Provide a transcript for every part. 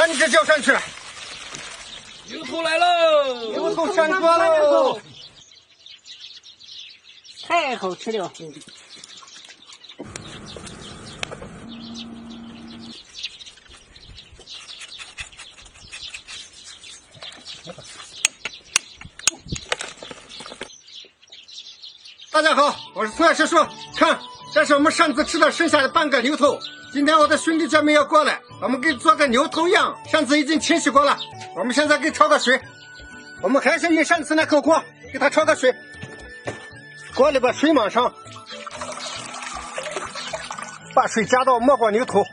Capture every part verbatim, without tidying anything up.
三只脚上去。 牛头来喽！ 牛头上桌喽！ 太好吃了。 大家好，我是孙二师叔。看，这是我们上次吃的剩下的半个牛头。今天我的兄弟姐妹要过来，我们给做个牛头样。上次已经清洗过了，我们现在给焯个水。我们还是用上次那口锅，给它焯个水。锅里把水往上，把水加到没过牛头，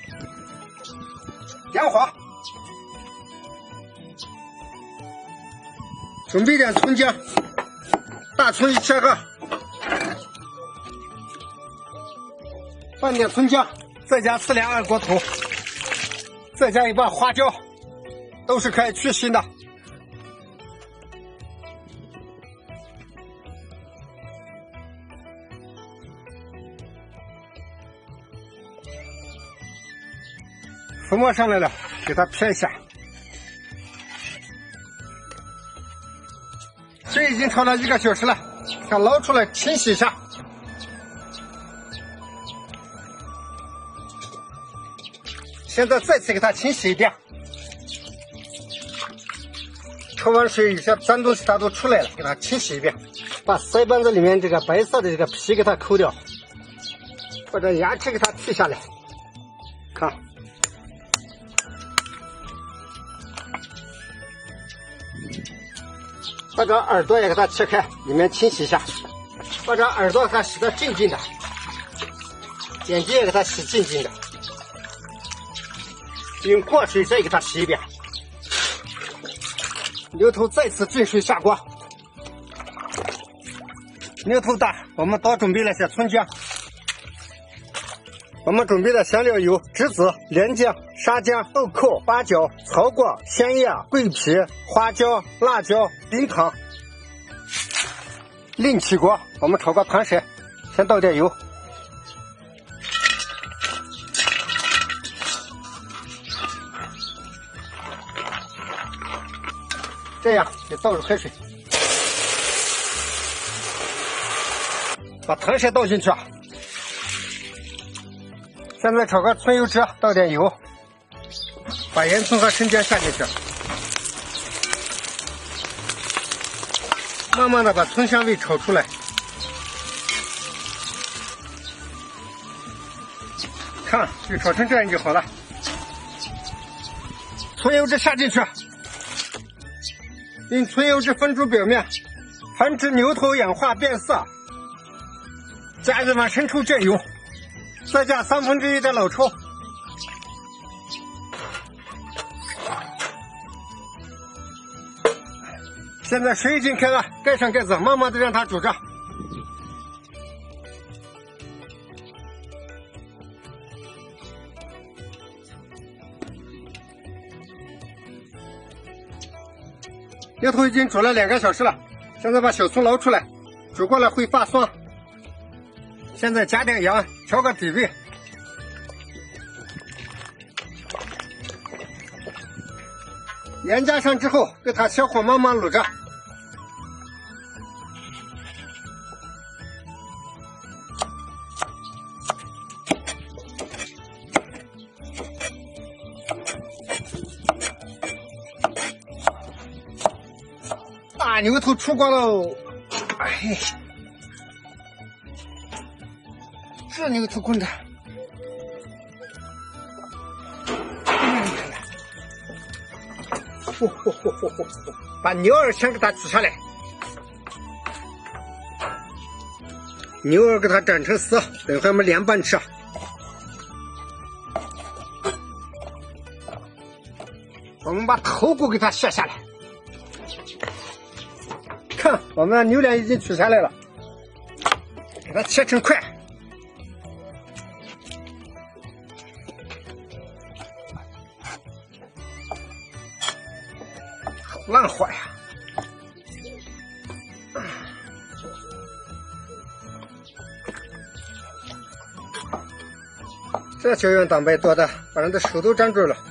点火，准备点葱姜，大葱一切个，放点葱姜，再加四两二锅头，再加一把花椒，都是可以去腥的。浮沫上来了，给它撇一下。水已经焯了一个小时了，想捞出来清洗一下。现在再次给它清洗一遍。焯完水，有些脏东西它都出来了，给它清洗一遍。把腮帮子里面这个白色的这个皮给它抠掉，或者牙齿给它剔下来。看。把这耳朵也给它切开，里面清洗一下。把这耳朵给它洗得净净的，眼睛也给它洗净净的。用过水再给它洗一遍。牛头再次进水下锅。牛头大，我们多准备了些葱姜。我们准备的香料有栀子、连姜、沙姜、豆蔻、八角、草果、鲜叶、桂皮、花椒、辣椒、冰糖。另起锅，我们炒个糖色，先倒点油，这样就倒入开水，把糖色倒进去。现在炒个葱油汁，倒点油，把盐葱和生姜下进去，慢慢的把葱香味炒出来。看，就炒成这样就好了。葱油汁下进去，用葱油汁封住表面，防止牛头氧化变色。加一碗生抽酱油。再加三分之一的老抽，现在水已经开了，盖上盖子，慢慢的让它煮着。牛头已经煮了两个小时了，现在把小葱捞出来，煮过了会发酸。现在加点盐，调个底味。盐加上之后，给它小火慢慢卤着。大牛头出锅喽！哎。这牛头滚的，嚯嚯嚯嚯嚯！把牛耳先给它取下来，牛耳给它斩成丝，等会我们凉拌吃。我们把头骨给它卸下来，看，我们的牛脸已经取下来了，给它切成块。烂火呀！这胶原蛋白多的，把人的手都粘住了。